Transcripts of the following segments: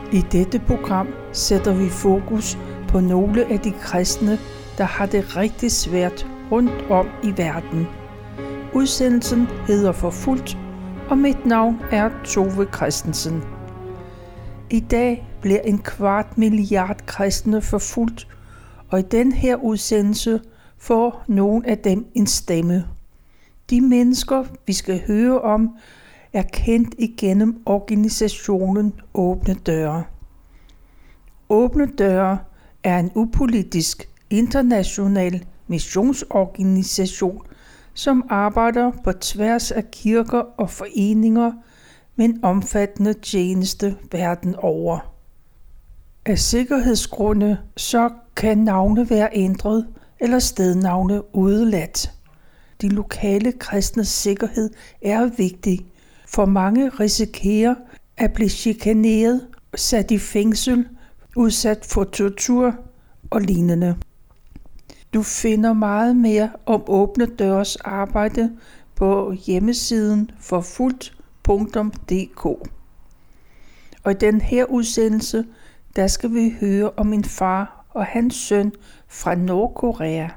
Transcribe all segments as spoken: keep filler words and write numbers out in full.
I dette program sætter vi fokus på nogle af de kristne, der har det rigtig svært rundt om i verden. Udsendelsen hedder Forfulgt, og mit navn er Tove Christensen. I dag bliver en kvart milliard kristne forfulgt, og i den her udsendelse får nogle af dem en stemme. De mennesker, vi skal høre om, er kendt igennem organisationen Åbne Døre. Åbne Døre er en upolitisk international missionsorganisation, som arbejder på tværs af kirker og foreninger med en omfattende tjeneste verden over. Af sikkerhedsgrunde så kan navne være ændret eller stednavne udeladt. De lokale kristnes sikkerhed er vigtig, for mange risikerer at blive chikaneret, sat i fængsel, udsat for tortur og lignende. Du finder meget mere om Åbne Døres arbejde på hjemmesiden forfulgt punktum d k. Og i den her udsendelse, der skal vi høre om min far og hans søn fra Nordkorea.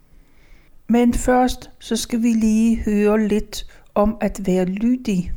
Men først så skal vi lige høre lidt om at være lydig.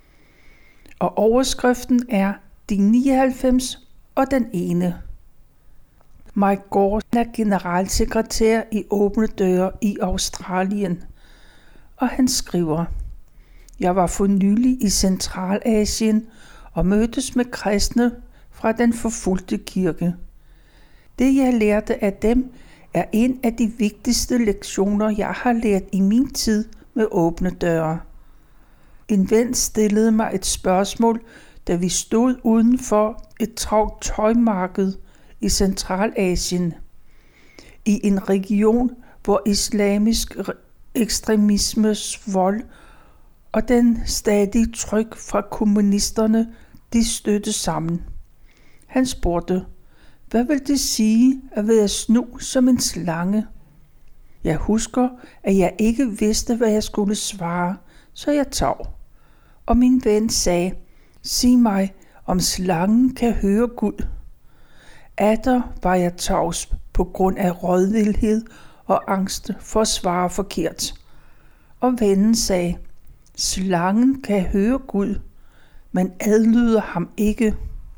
Og overskriften er de nioghalvfems og den ene. Mike Gore er generalsekretær i Åbne Døre i Australien, og han skriver: Jeg var for nylig i Centralasien og mødtes med kristne fra den forfulgte kirke. Det jeg lærte af dem er en af de vigtigste lektioner, jeg har lært i min tid med Åbne Døre. En ven stillede mig et spørgsmål, da vi stod uden for et travlt tøjmarked i Centralasien, i en region, hvor islamisk ekstremismes vold og den stadige tryk fra kommunisterne, de stødte sammen. Han spurgte: Hvad vil det sige at være snu som en slange? Jeg husker, at jeg ikke vidste, hvad jeg skulle svare, så jeg tav. Og min ven sagde: Sig mig, om slangen kan høre Gud. Atter var jeg tavs på grund af rådvildhed og angst for at svare forkert. Og vennen sagde: Slangen kan høre Gud, men adlyder ham ikke.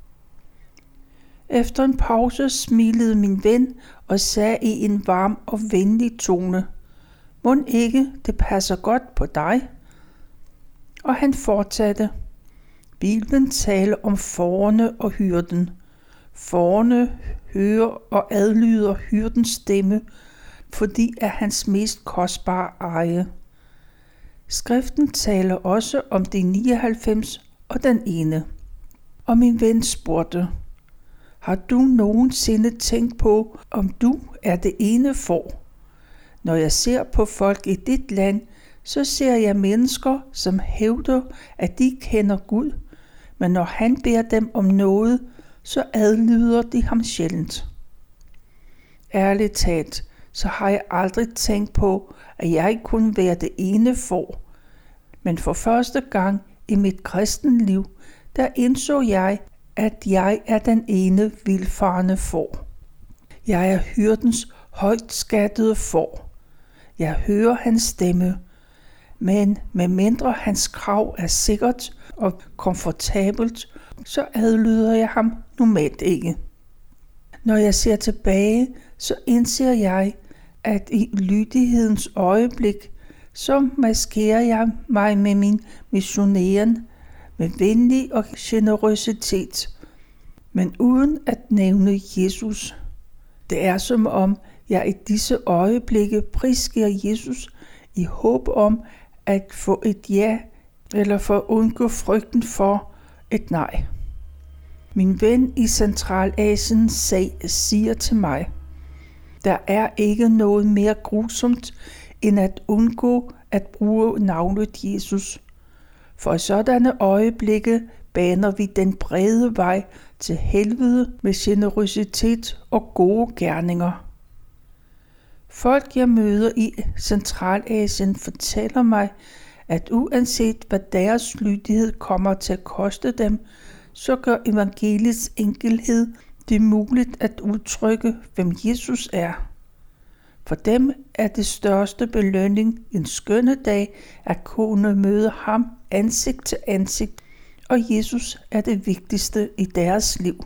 Efter en pause smilede min ven og sagde i en varm og venlig tone: Mon ikke det passer godt på dig? Og han fortsatte: Bibelen taler om fårene og hyrden. Fårene hører og adlyder hyrdens stemme, fordi er hans mest kostbare eje. Skriften taler også om de nioghalvfems og den ene. Og min ven spurgte: Har du nogensinde tænkt på, om du er det ene får? Når jeg ser på folk i dit land, så ser jeg mennesker, som hævder, at de kender Gud, men når han beder dem om noget, så adlyder de ham sjældent. Ærligt talt, så har jeg aldrig tænkt på, at jeg ikke kunne være det ene får. Men for første gang i mit kristenliv, der indså jeg, at jeg er den ene vildfarne får. Jeg er hyrdens højt skattede får. Jeg hører hans stemme, men medmindre hans krav er sikkert og komfortabelt, så adlyder jeg ham normalt ikke. Når jeg ser tilbage, så indser jeg, at i lydighedens øjeblik, så maskerer jeg mig med min missioneren, med venlig og generøsitet, men uden at nævne Jesus. Det er som om jeg i disse øjeblikke prisgiver Jesus i håb om at få et ja, eller for at undgå frygten for et nej. Min ven i Centralasien sag, siger til mig: Der er ikke noget mere grusomt, end at undgå at bruge navnet Jesus. For i sådanne øjeblikke baner vi den brede vej til helvede med generøsitet og gode gerninger. Folk, jeg møder i Centralasien, fortæller mig, at uanset hvad deres lydighed kommer til at koste dem, så gør evangeliets enkelhed det muligt at udtrykke, hvem Jesus er. For dem er det største belønning en skønne dag at kunne møde ham ansigt til ansigt, og Jesus er det vigtigste i deres liv.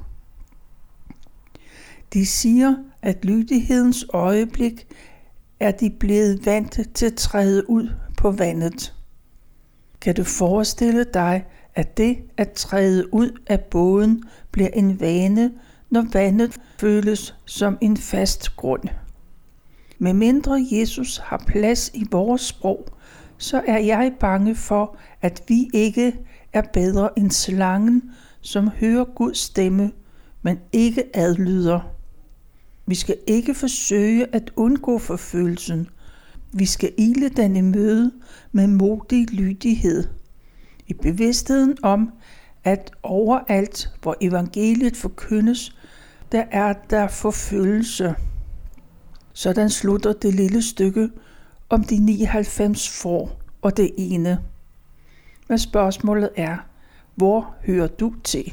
De siger, at lydighedens øjeblik er de blevet vant til at træde ud på vandet. Kan du forestille dig, at det at træde ud af båden bliver en vane, når vandet føles som en fast grund? Med mindre Jesus har plads i vores sprog, så er jeg bange for, at vi ikke er bedre end slangen, som hører Guds stemme, men ikke adlyder. Vi skal ikke forsøge at undgå forfølgelsen. Vi skal ile den i møde med modig lydighed, i bevidstheden om, at overalt, hvor evangeliet forkyndes, der er der forfølgelse. Sådan slutter det lille stykke om de nioghalvfems får og det ene. Men spørgsmålet er, hvor hører du til?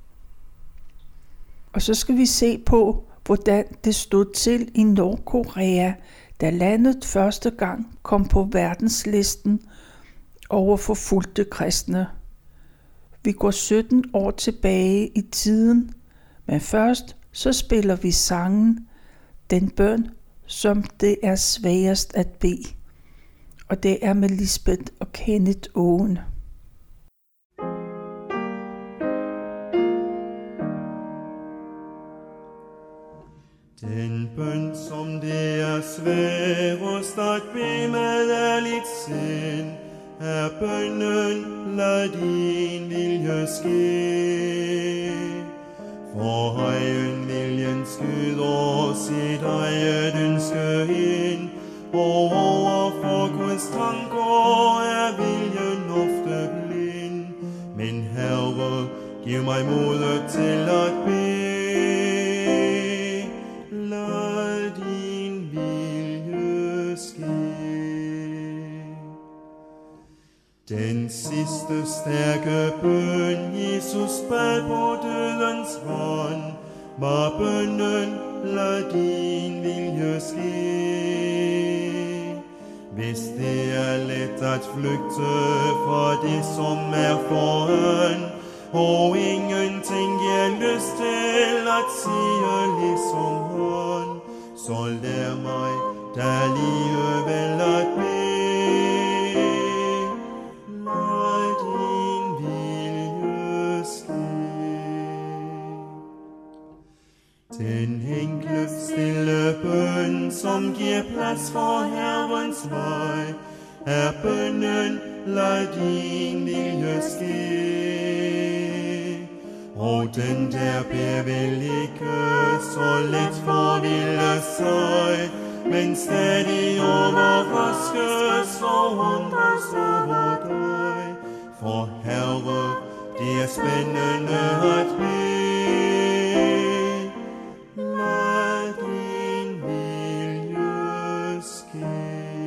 Og så skal vi se på, hvordan det stod til i Nordkorea, da landet første gang kom på verdenslisten over forfulgte kristne. Vi går sytten år tilbage i tiden, men først så spiller vi sangen, den bøn, som det er sværest at bede. Og det er med Lisbeth og Kenneth Åen. Den bøn, som det er sværest at bede med ærligt sind, er bønnen, lad din vilje ske. For egen viljen skyder sit eget ønske ind, og overfor Guds tanker er viljen ofte blind. Men Herre, giv mig modet til at bede. Lad din vilje ske. Den sidste stærke bøn, Jesus bad på dødens vand, var bønnen, lad din vilje ske. Hvis det er let at flygte fra det, som er foran, og ingenting giver lyst til at sige ligesom han, så lær mig da alligevel at bede. Lad din vilje ske. Den enkle stille bøn, som giver plads for Herrens vej, er bønnen, lad din vilje ske. Og den der beder vel ikke så let forvilde sig, men stadig overraskes og undres over dig. For Herre, det er spændende at bede. Lad din vilje ske.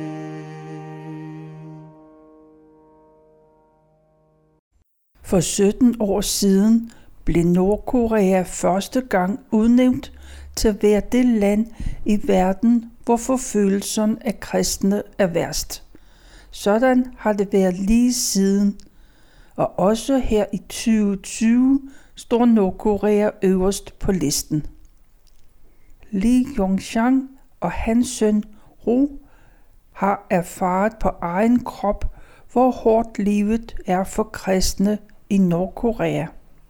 For sytten år siden blev Nordkorea første gang udnævnt til at være det land i verden, hvor forfølgelsen af kristne er værst. Sådan har det været lige siden, og også her i tyve tyve står Nordkorea øverst på listen. Lee Yong-chang og hans søn Ro har erfaret på egen krop, hvor hårdt livet er for kristne i Nordkorea.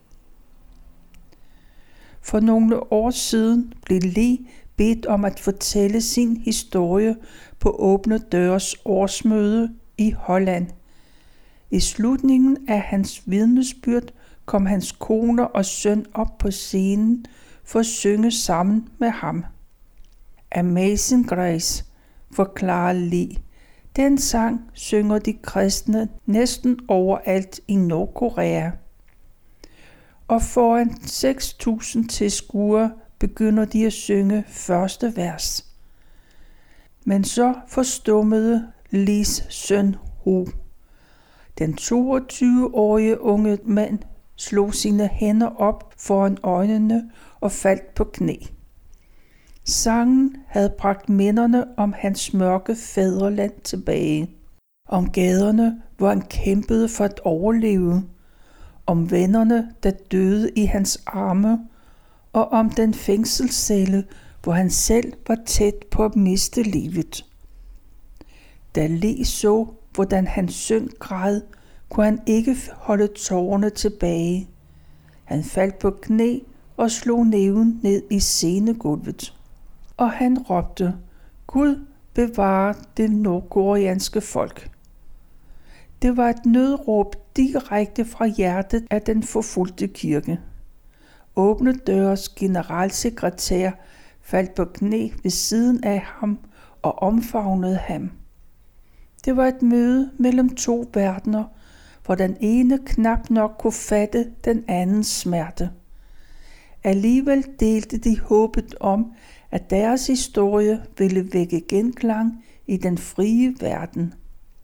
For nogle år siden blev Lee bedt om at fortælle sin historie på Åbne Døres årsmøde i Holland. I slutningen af hans vidnesbyrd kom hans kone og søn op på scenen for at synge sammen med ham. Amazing Grace, forklarer Lee. Den sang synger de kristne næsten overalt i Nordkorea. Og foran seks tusind tilskuere begynder de at synge første vers. Men så forstummede Lees søn Ho. Den toogtyve-årige unge mand slog sine hænder op foran øjnene og faldt på knæ. Sangen havde bragt minderne om hans mørke fædreland tilbage. Om gaderne, hvor han kæmpede for at overleve. Om vennerne, der døde i hans arme. Og om den fængselscelle, hvor han selv var tæt på at miste livet. Da Le så, hvordan hans søn græd, kunne han ikke holde tårerne tilbage. Han faldt på knæ og slog næven ned i scenegulvet. Og han råbte, Gud bevare det nordkoreanske folk. Det var et nødråb direkte fra hjertet af den forfulgte kirke. Åbne Døres generalsekretær faldt på knæ ved siden af ham og omfavnede ham. Det var et møde mellem to verdener, hvor den ene knap nok kunne fatte den andens smerte. Alligevel delte de håbet om, at deres historie ville vække genklang i den frie verden.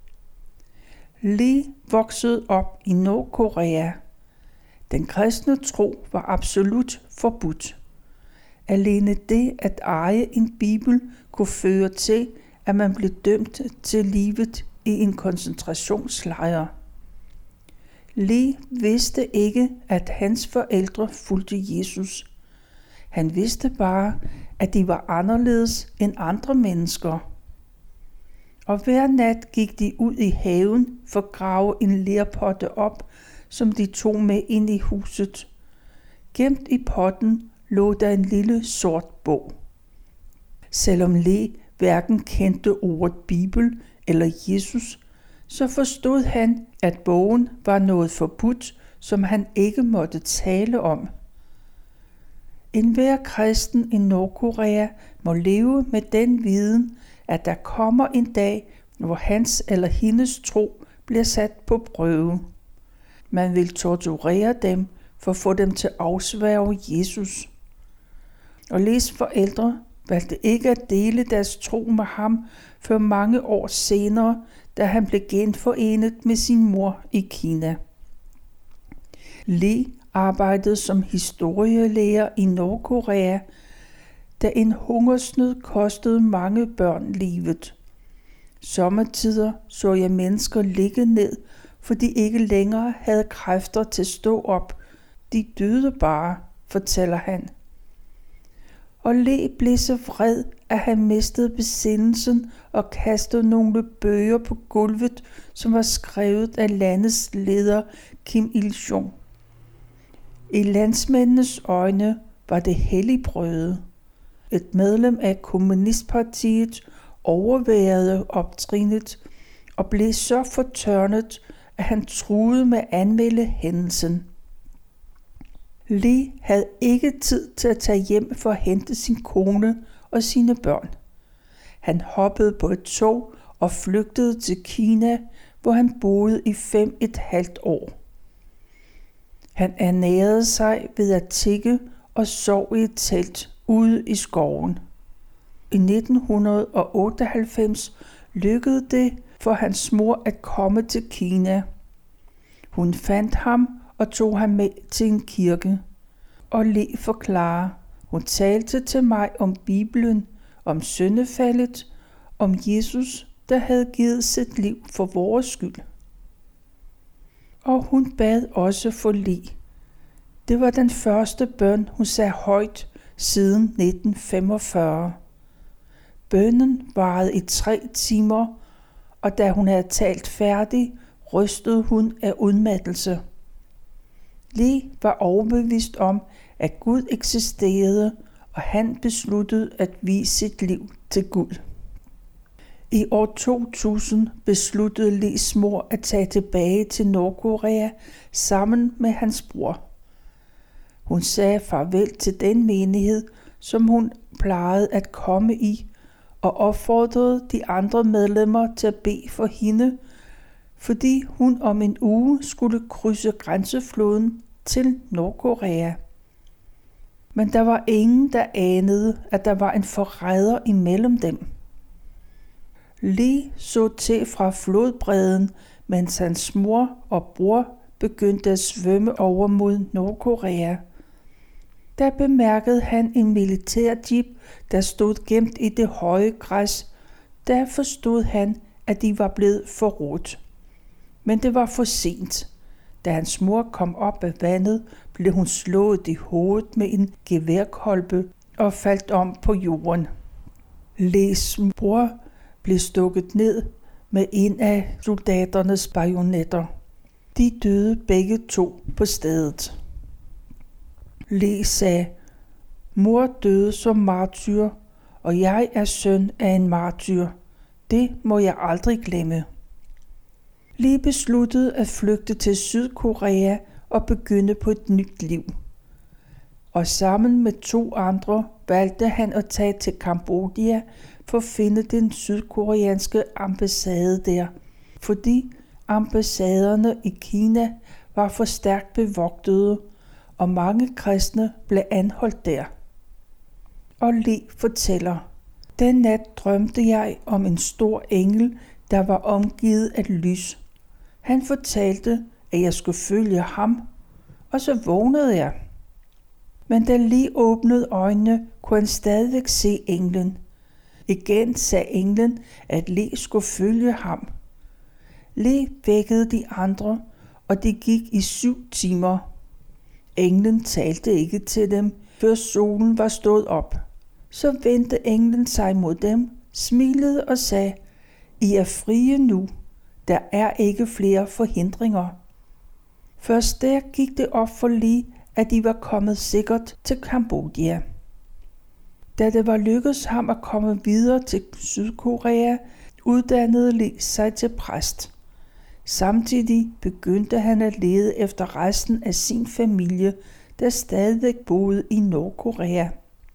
Le voksede op i Nordkorea. Den kristne tro var absolut forbudt. Alene det at eje en bibel kunne føre til, at man blev dømt til livet i en koncentrationslejr. Le vidste ikke, at hans forældre fulgte Jesus. Han vidste bare, at de var anderledes end andre mennesker. Og hver nat gik de ud i haven for at grave en lerpotte op, som de tog med ind i huset. Gemt i potten lå der en lille sort bog. Selvom Le hverken kendte ordet Bibel eller Jesus, så forstod han, at bogen var noget forbudt, som han ikke måtte tale om. Enhver kristen i Nordkorea må leve med den viden, at der kommer en dag, hvor hans eller hendes tro bliver sat på prøve. Man vil torturere dem for at få dem til at afsværge Jesus. Og Le's forældre valgte ikke at dele deres tro med ham før mange år senere, da han blev genforenet med sin mor i Kina. Le arbejdede som historielærer i Nordkorea, da en hungersnød kostede mange børn livet. Sommetider så jeg mennesker ligge ned, for de ikke længere havde kræfter til at stå op. De døde bare, fortæller han. Og Le blev så vred, at han mistede besindelsen og kastede nogle bøger på gulvet, som var skrevet af landets leder Kim Il-sung. I landsmændenes øjne var det helligbrøde. Et medlem af kommunistpartiet overværede optrinet og blev så fortørnet, at han truede med at anmelde hændelsen. Le havde ikke tid til at tage hjem for at hente sin kone og sine børn. Han hoppede på et tog og flygtede til Kina, hvor han boede i fem et halvt år. Han ernærede sig ved at tigge og sov i et telt ude i skoven. I nitten otteoghalvfems lykkedes det for hans mor at komme til Kina. Hun fandt ham og tog ham med til en kirke. Og Le forklarer, hun talte til mig om Bibelen, om syndefaldet, om Jesus, der havde givet sit liv for vores skyld. Og hun bad også for Le. Det var den første bøn, hun sagde højt siden nitten femogfyrre. Bønnen varede i tre timer, og da hun havde talt færdig, rystede hun af udmattelse. Le var overbevist om, at Gud eksisterede, og han besluttede at vie sit liv til Gud. I år to tusind besluttede Le's mor at tage tilbage til Nordkorea sammen med hans bror. Hun sagde farvel til den menighed, som hun plejede at komme i, og opfordrede de andre medlemmer til at bede for hende, fordi hun om en uge skulle krydse grænsefloden til Nordkorea. Men der var ingen, der anede, at der var en forræder imellem dem. Le så til fra flodbredden, mens hans mor og bror begyndte at svømme over mod Nordkorea. Der bemærkede han en militærjeep, der stod gemt i det høje græs. Der forstod han, at de var blevet forrådt. Men det var for sent. Da hans mor kom op af vandet, blev hun slået i hovedet med en geværkolbe og faldt om på jorden. Lees bror blev stukket ned med en af soldaternes bajonetter. De døde begge to på stedet. Lee sagde, mor døde som martyr, og jeg er søn af en martyr. Det må jeg aldrig glemme. Lee besluttede at flygte til Sydkorea og begynde på et nyt liv. Og sammen med to andre valgte han at tage til Kambodja for at finde den sydkoreanske ambassade der, fordi ambassaderne i Kina var for stærkt bevogtede, og mange kristne blev anholdt der. Og Lee fortæller, den nat drømte jeg om en stor engel, der var omgivet af lys. Han fortalte, at jeg skulle følge ham, og så vågnede jeg. Men da Lee åbnede øjnene, kunne han stadigvæk se englen. Igen sagde englen, at Lee skulle følge ham. Lee vækkede de andre, og de gik i syv timer. Englen talte ikke til dem, før solen var stået op. Så vendte englen sig mod dem, smilede og sagde, I er frie nu. Der er ikke flere forhindringer. Først der gik det op for Lee, at de var kommet sikkert til Kambodja. Da det var lykkedes ham at komme videre til Sydkorea, uddannede Lee sig til præst. Samtidig begyndte han at lede efter resten af sin familie, der stadig boede i Nordkorea.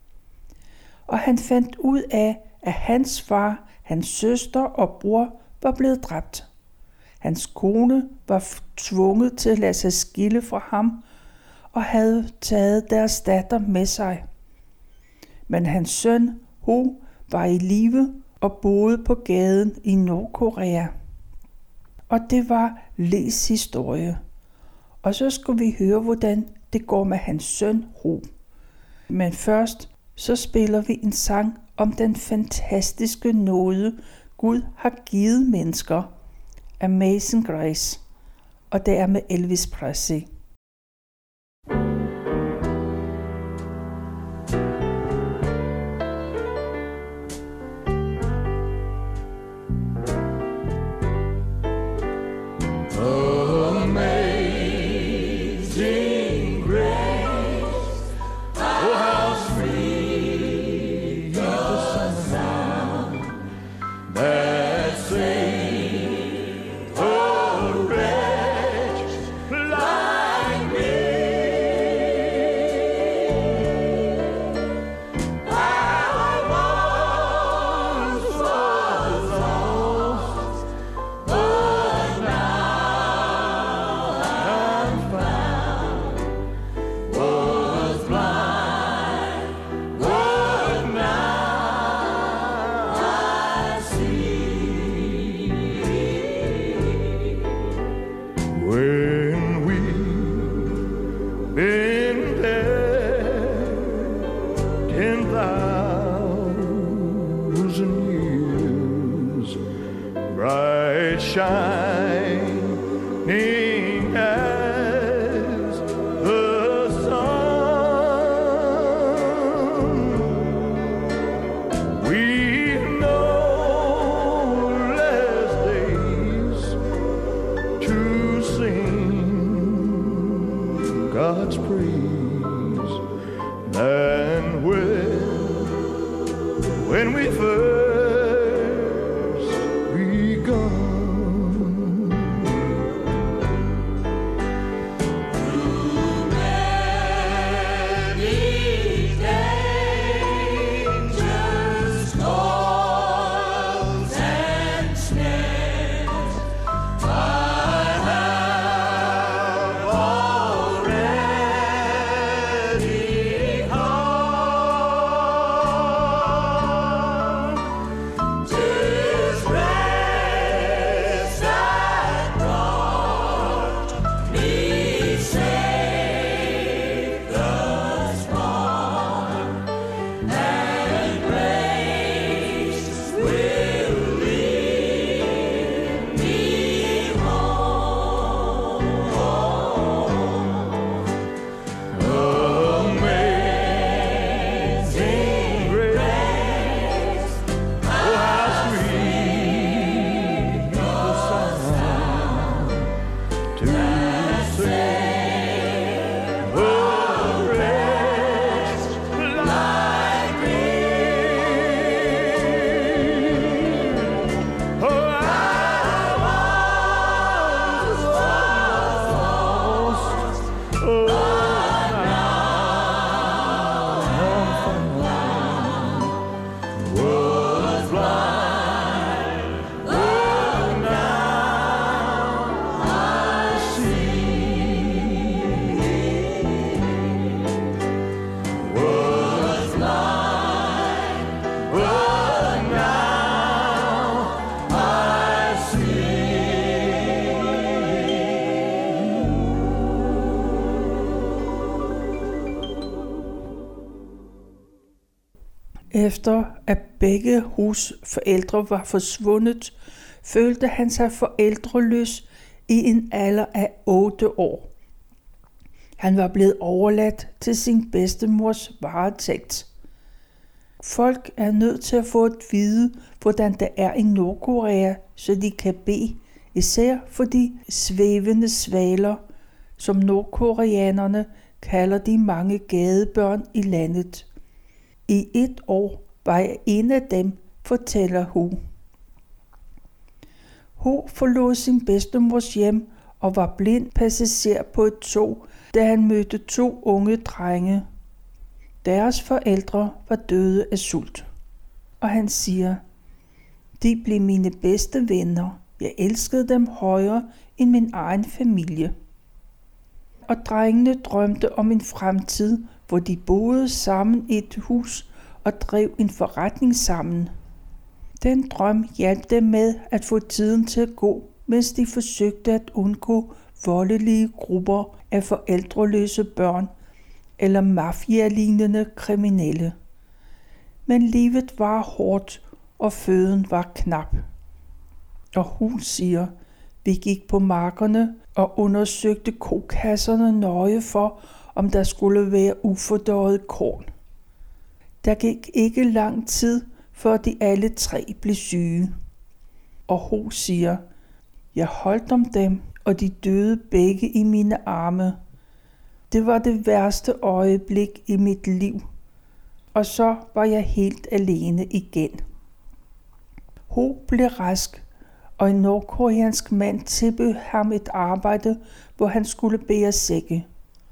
Og han fandt ud af, at hans far, hans søster og bror var blevet dræbt. Hans kone var tvunget til at lade sig skille fra ham og havde taget deres datter med sig. Men hans søn, Ho, var i live og boede på gaden i Nordkorea. Og det var Lees historie. Og så skulle vi høre, hvordan det går med hans søn, Ho. Men først så spiller vi en sang om den fantastiske nåde, Gud har givet mennesker. Amazing Grace. Og det er med Elvis Presley. Shining as the sun, we know less days to sing God's praise than when, when we first begun. Already home. Efter at begge Hus forældre var forsvundet, følte han sig forældreløs i en alder af otte år. Han var blevet overladt til sin bedstemors varetægt. Folk er nødt til at få at vide, hvordan det er i Nordkorea, så de kan bede, især for de svævende svaler, som nordkoreanerne kalder de mange gadebørn i landet. I et år var jeg en af dem, fortæller Ho. Ho forlod sin bedstemors hjem og var blind passager på et tog, da han mødte to unge drenge. Deres forældre var døde af sult. Og han siger, de blev mine bedste venner. Jeg elskede dem højere end min egen familie. Og drengene drømte om en fremtid, hvor de boede sammen i et hus og drev en forretning sammen. Den drøm hjalp dem med at få tiden til at gå, mens de forsøgte at undgå voldelige grupper af forældreløse børn eller mafia-lignende kriminelle. Men livet var hårdt, og føden var knap. Og hun siger, vi gik på markerne og undersøgte kokasserne nøje for, om der skulle være ufordøjet korn. Der gik ikke lang tid, før de alle tre blev syge. Og Ho siger, jeg holdt om dem, og de døde begge i mine arme. Det var det værste øjeblik i mit liv. Og så var jeg helt alene igen. Ho blev rask, og en nordkoreansk mand tilbød ham et arbejde, hvor han skulle bære sække.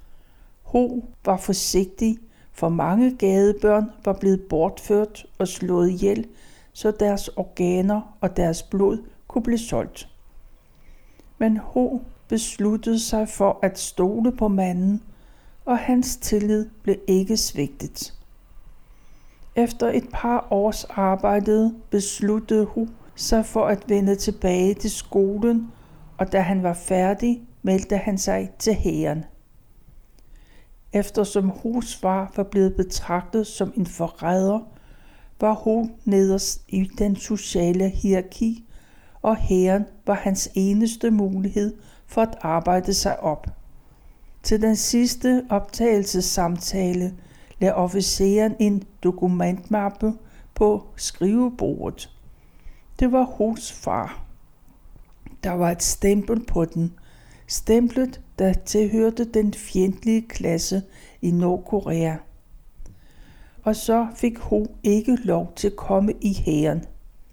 Ho var forsigtig, for mange gadebørn var blevet bortført og slået ihjel, så deres organer og deres blod kunne blive solgt. Men Ho besluttede sig for at stole på manden, og hans tillid blev ikke svigtet. Efter et par års arbejde besluttede Ho sig for at vende tilbage til skolen, og da han var færdig, meldte han sig til hæren. Eftersom Hos far var blevet betragtet som en forræder, var Ho nederst i den sociale hierarki, og hæren var hans eneste mulighed for at arbejde sig op. Til den sidste optagelsessamtale lagde officeren en dokumentmappe på skrivebordet. Det var Hos far. Der var et stempel på den. Stemplet, der tilhørte den fjendtlige klasse i Nordkorea. Og så fik Ho ikke lov til at komme i hæren.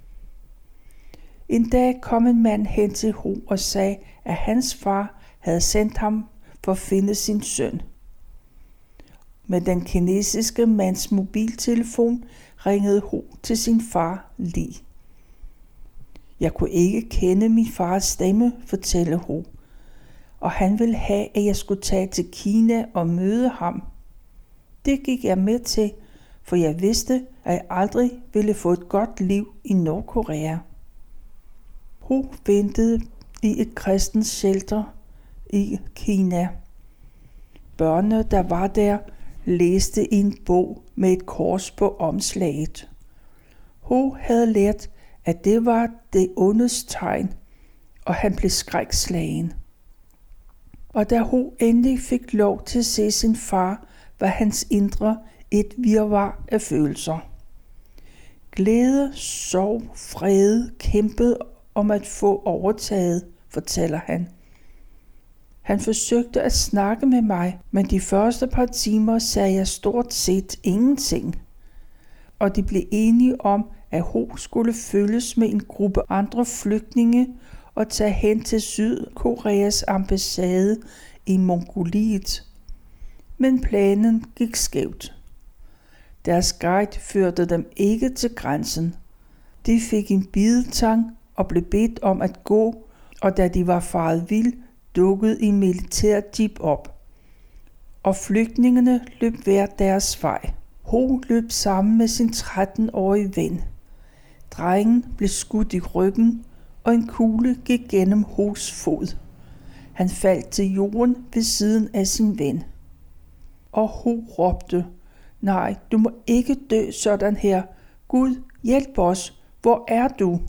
En dag kom en mand hen til Ho og sagde, at hans far havde sendt ham for at finde sin søn. Med den kinesiske mands mobiltelefon ringede Ho til sin far Li. Jeg kunne ikke kende min fars stemme, fortæller Ho, og han ville have, at jeg skulle tage til Kina og møde ham. Det gik jeg med til, for jeg vidste, at jeg aldrig ville få et godt liv i Nordkorea. Ho ventede i et kristent shelter i Kina. Børnene, der var der, læste en bog med et kors på omslaget. Ho havde lært, at det var det ondes tegn, og han blev skrækslagen. Og da Ho endelig fik lov til at se sin far, var hans indre et virvar af følelser. Glæde, sorg, fred kæmpede om at få overtaget, fortæller han. Han forsøgte at snakke med mig, men de første par timer sagde jeg stort set ingenting. Og de blev enige om, at Ho skulle følges med en gruppe andre flygtninge og tage hen til Sydkoreas ambassade i Mongoliet. Men planen gik skævt. Deres guide førte dem ikke til grænsen. De fik en bidetang og blev bedt om at gå, og da de var faret vild, dukkede en militær jeep op. Og flygtningene løb hver deres vej. Ho løb sammen med sin tretten-årige ven. Drengen blev skudt i ryggen, og en kugle gik gennem Hos fod. Han faldt til jorden ved siden af sin ven. Og Ho råbte, Nej, du må ikke dø sådan her. Gud, hjælp os. Hvor er du?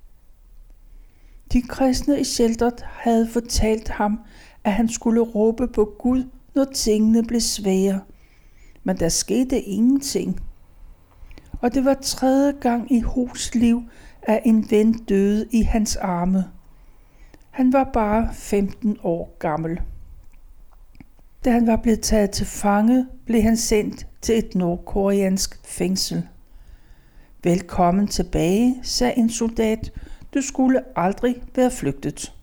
De kristne i shelteret havde fortalt ham, at han skulle råbe på Gud, når tingene blev svære. Men der skete ingenting. Og det var tredje gang i Hos liv, at en ven døde i hans arme. Han var bare femten år gammel. Da han var blevet taget til fange, blev han sendt til et nordkoreansk fængsel. Velkommen tilbage, sagde en soldat. Du skulle aldrig være flygtet.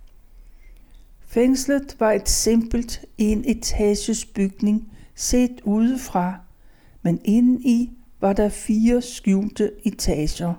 Fængslet var et simpelt en etages bygning set udefra, men indeni var der fire skjulte etager.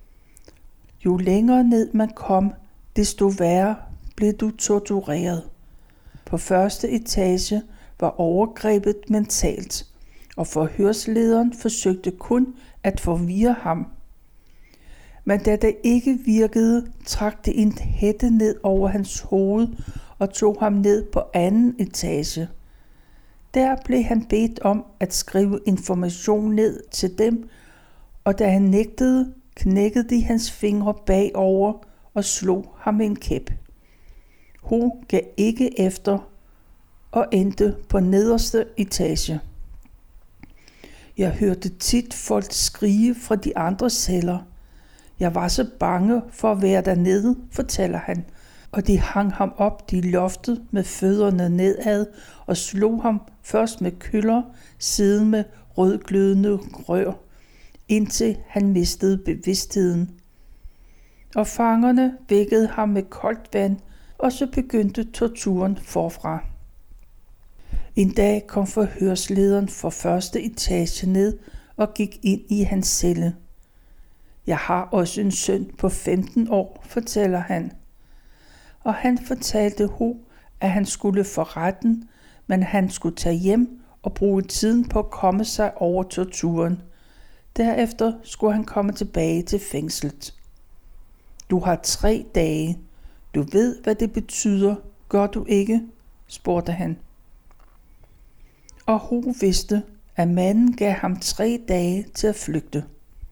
Jo længere ned man kom, desto værre blev du tortureret. På første etage var overgrebet mentalt, og forhørslederen forsøgte kun at forvirre ham. Men da det ikke virkede, trak det en hætte ned over hans hoved og tog ham ned på anden etage. Der blev han bedt om at skrive information ned til dem, og da han nægtede, knækkede de hans fingre bagover og slog ham med en kæp. Ho gav ikke efter og endte på nederste etage. Jeg hørte tit folk skrige fra de andre celler. Jeg var så bange for at være dernede, fortæller han, og de hang ham op i loftet med fødderne nedad og slog ham først med køller, siden med rødglødende rør, indtil han mistede bevidstheden. Og fangerne vækkede ham med koldt vand, og så begyndte torturen forfra. En dag kom forhørslederen fra første etage ned og gik ind i hans celle. Jeg har også en søn på femten år, fortæller han. Og han fortalte Ho, at han skulle for retten, men han skulle tage hjem og bruge tiden på at komme sig over torturen. Derefter skulle han komme tilbage til fængslet. Du har tre dage. Du ved, hvad det betyder. Gør du ikke? Spurgte han. Og Ho vidste, at manden gav ham tre dage til at flygte.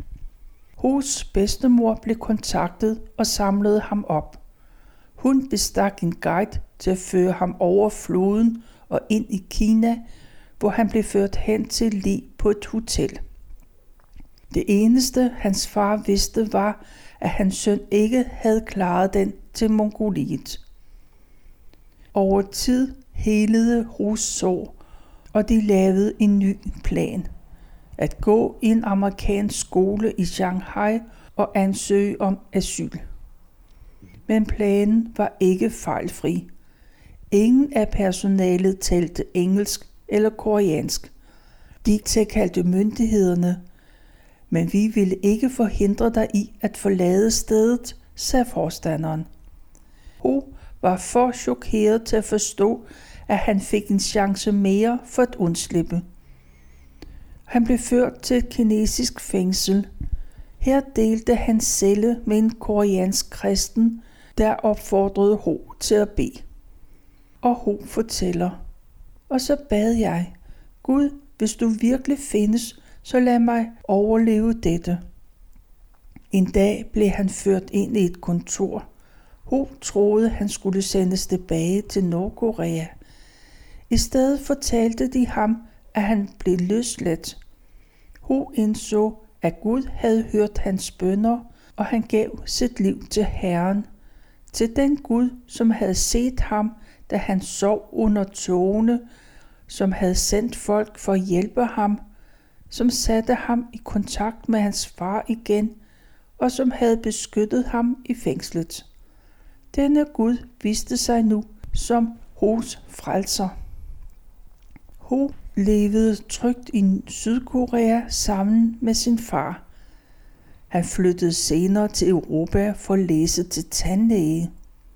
Hos bedstemor blev kontaktet og samlede ham op. Hun bestak en guide til at føre ham over floden og ind i Kina, hvor han blev ført hen til lig på et hotel. Det eneste, hans far vidste, var, at hans søn ikke havde klaret den til Mongoliet. Over tid helede Hos sår, og de lavede en ny plan. At gå i en amerikansk skole i Shanghai og ansøge om asyl. Men planen var ikke fejlfri. Ingen af personalet talte engelsk eller koreansk. De tilkaldte myndighederne, men vi ville ikke forhindre dig i at forlade stedet, sagde forstanderen. Ho var for chokeret til at forstå, at han fik en chance mere for at undslippe. Han blev ført til et kinesisk fængsel. Her delte han celle med en koreansk kristen, der opfordrede Ho til at bede. Og Ho fortæller, og så bad jeg, Gud, hvis du virkelig findes, så lad mig overleve dette. En dag blev han ført ind i et kontor. Ho troede, han skulle sendes tilbage til Nordkorea. I stedet fortalte de ham, at han blev løsladt. Ho indså, at Gud havde hørt hans bønner, og han gav sit liv til Herren. Til den Gud, som havde set ham, da han sov under togene, som havde sendt folk for at hjælpe ham, som satte ham i kontakt med hans far igen, og som havde beskyttet ham i fængslet. Denne Gud viste sig nu som Hos frelser. Ho levede trygt i Sydkorea sammen med sin far. Han flyttede senere til Europa for at læse til tandlæge.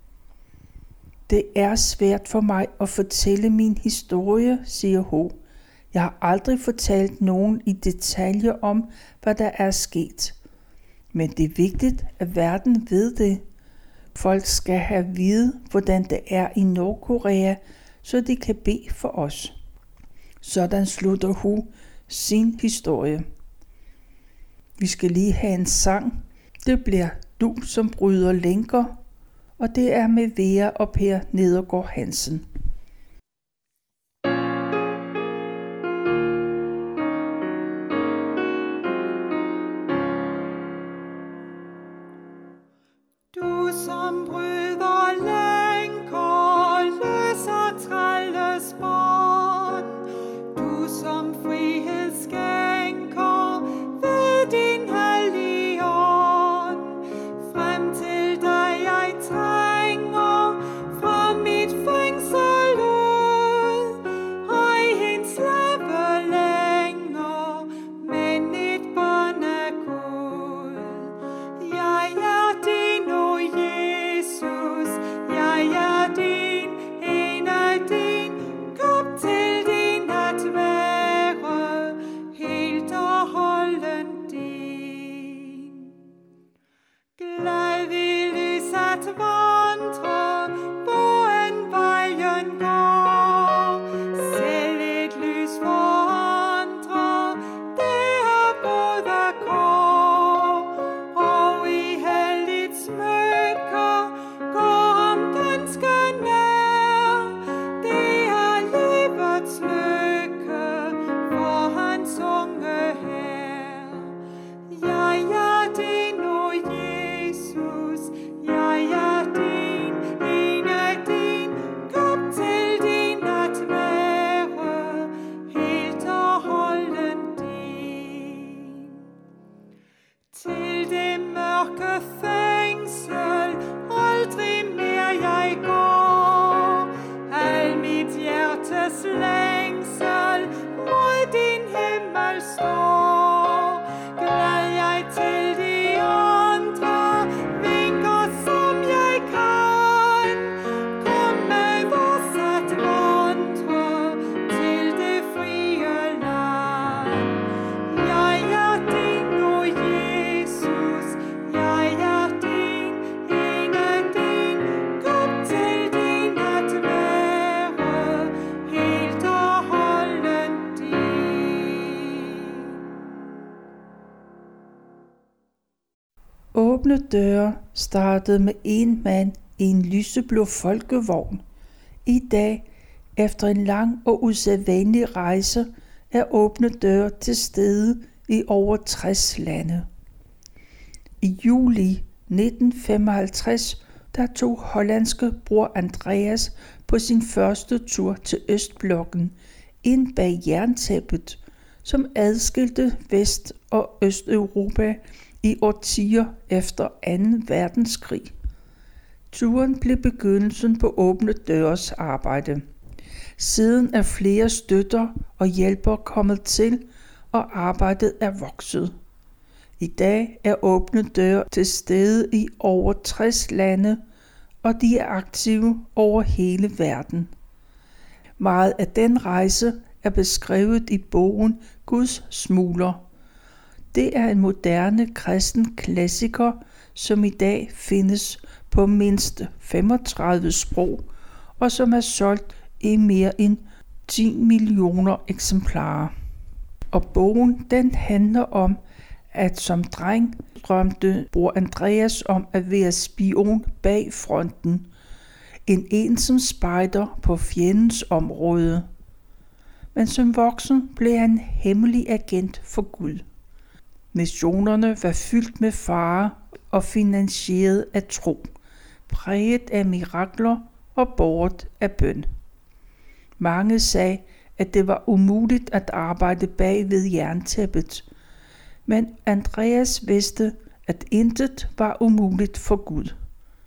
Det er svært for mig at fortælle min historie, siger Ho. Jeg har aldrig fortalt nogen i detaljer om, hvad der er sket. Men det er vigtigt, at verden ved det. Folk skal have at vide, hvordan det er i Nordkorea, så de kan bede for os. Sådan slutter Ho sin historie. Vi skal lige have en sang. Det bliver Du som bryder lænker, og det er med Vera og Per Nedergaard Hansen. Du som bryder lænker, løser trælles bånd. Du som frihed skænker ved din hellige ånd. Frem til dig jeg trænger fra mit fængsel ud. Ej en slave længere, men et barn af Gud. Jeg er din, o Jesus, jeg er din, en af din. Kom til din at være helt og holdent din. Glad i lys at vandre, hvor en vejen går. Selv et lys for andre, det er både kår. Og i helligt smykker går ham ganske nær. Det er livets lykke for hans unge her. Jeg er din, o Jesus, jeg er din, en af din. Kom til din at være helt og holdent din. Til det mørke fængsel aldrig mere jeg går. Al mit hjertes længsel mod din himmel står. Glad jeg til de andre vinker som jeg kan. Kom med os at vandre til det frie land. Jeg er din, o Jesus, jeg er din, en af din. Kom til din at være helt og holdent din. Åbne døre startede med en mand i en lyseblå folkevogn. I dag, efter en lang og usædvanlig rejse, er Åbne døre til stede i over tres lande. I juli nitten femoghalvtreds, der tog hollandske bror Andreas på sin første tur til Østblokken ind bag jerntæppet, som adskilte Vest- og Østeuropa i årtier efter anden verdenskrig. Turen blev begyndelsen på Åbne døres arbejde. Siden er flere støtter og hjælpere kommet til, og arbejdet er vokset. I dag er Åbne døre til stede i over tres lande, og de er aktive over hele verden. Meget af den rejse er beskrevet i bogen Guds smugler. Det er en moderne kristen klassiker, som i dag findes på mindst femogtredive sprog, og som er solgt i mere end ti millioner eksemplarer. Og bogen den handler om, at som dreng drømte bror Andreas om at være spion bag fronten, en ensom spejder på fjendens område. Men som voksen blev han hemmelig agent for Gud. Missionerne var fyldt med fare og finansieret af tro, præget af mirakler og båret af bøn. Mange sagde, at det var umuligt at arbejde bag ved jerntæppet, men Andreas vidste, at intet var umuligt for Gud.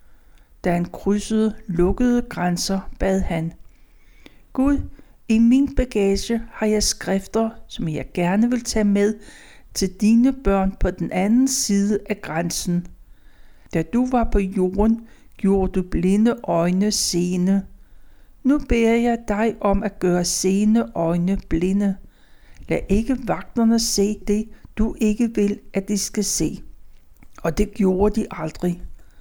Da han krydsede lukkede grænser, bad han: Gud, i min bagage har jeg skrifter, som jeg gerne vil tage med til dine børn på den anden side af grænsen. Da du var på jorden, gjorde du blinde øjne seende. Nu beder jeg dig om at gøre seende øjne blinde. Lad ikke vagterne se det, du ikke vil, at de skal se. Og det gjorde de aldrig.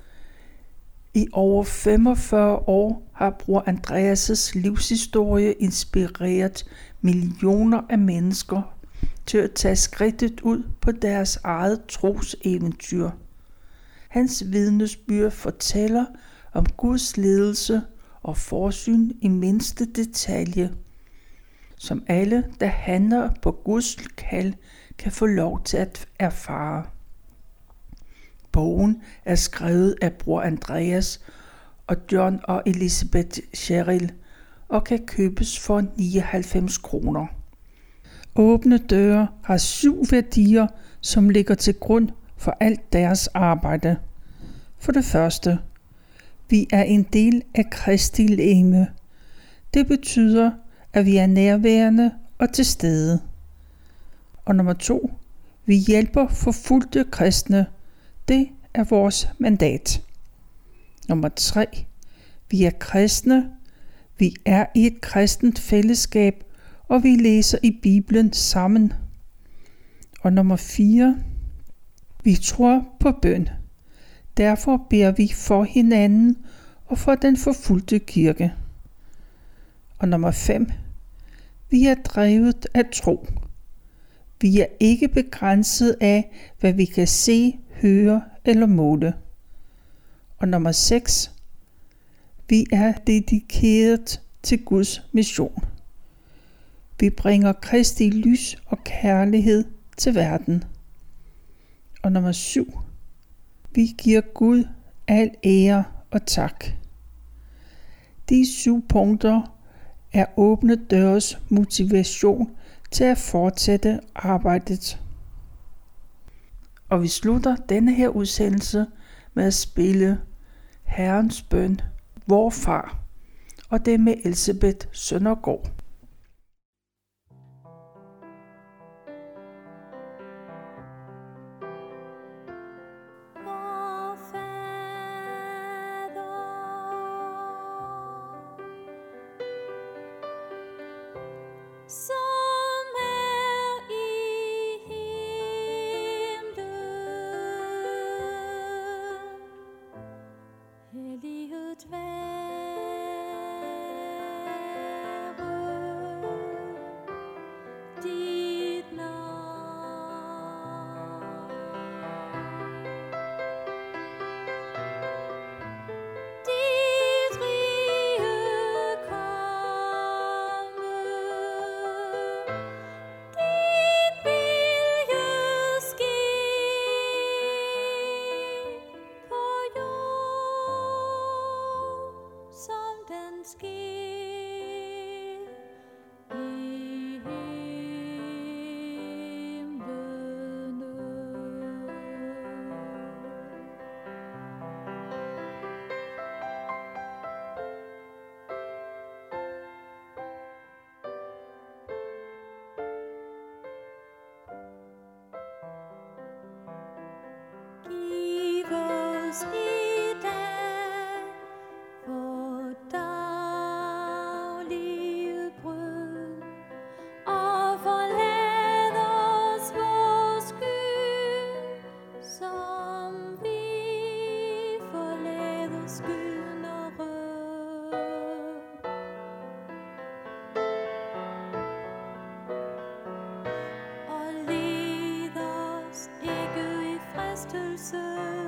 I over femogfyrre år har bror Andreas' livshistorie inspireret millioner af mennesker til at tage skridtet ud på deres eget troseventyr. Hans vidnesbyrd fortæller om Guds ledelse og forsyn i mindste detalje, som alle, der handler på Guds kald, kan få lov til at erfare. Bogen er skrevet af bror Andreas og John og Elisabeth Cheryl og kan købes for nioghalvfems kroner. Åbne døre har syv værdier, som ligger til grund for alt deres arbejde. For det første, vi er en del af Kristi legeme. Det betyder, at vi er nærværende og til stede. Og nummer to, vi hjælper forfulgte kristne. Det er vores mandat. Nummer tre, vi er kristne. Vi er i et kristent fællesskab, og vi læser i Bibelen sammen. Og nummer fire, vi tror på bøn. Derfor beder vi for hinanden og for den forfulgte kirke. Og nummer fem, vi er drevet af tro. Vi er ikke begrænset af, hvad vi kan se, høre eller måle. Og nummer seks, vi er dedikeret til Guds mission. Vi bringer Kristi lys og kærlighed til verden. Og nummer syv, vi giver Gud al ære og tak. De syv punkter er åbne døres motivation til at fortsætte arbejdet. Og vi slutter denne her udsendelse med at spille Herrens bøn, vor far, og det med Elsebeth Søndergaard. Som er i himlen, helliget være dit navn. Dit rige komme, din vilje ske på jord, som den sker i himlene. Giv os i dag vort daglige brød, og forlad os vor skyld, som vi forlader skyldnere. Og led os ikke i fristelse,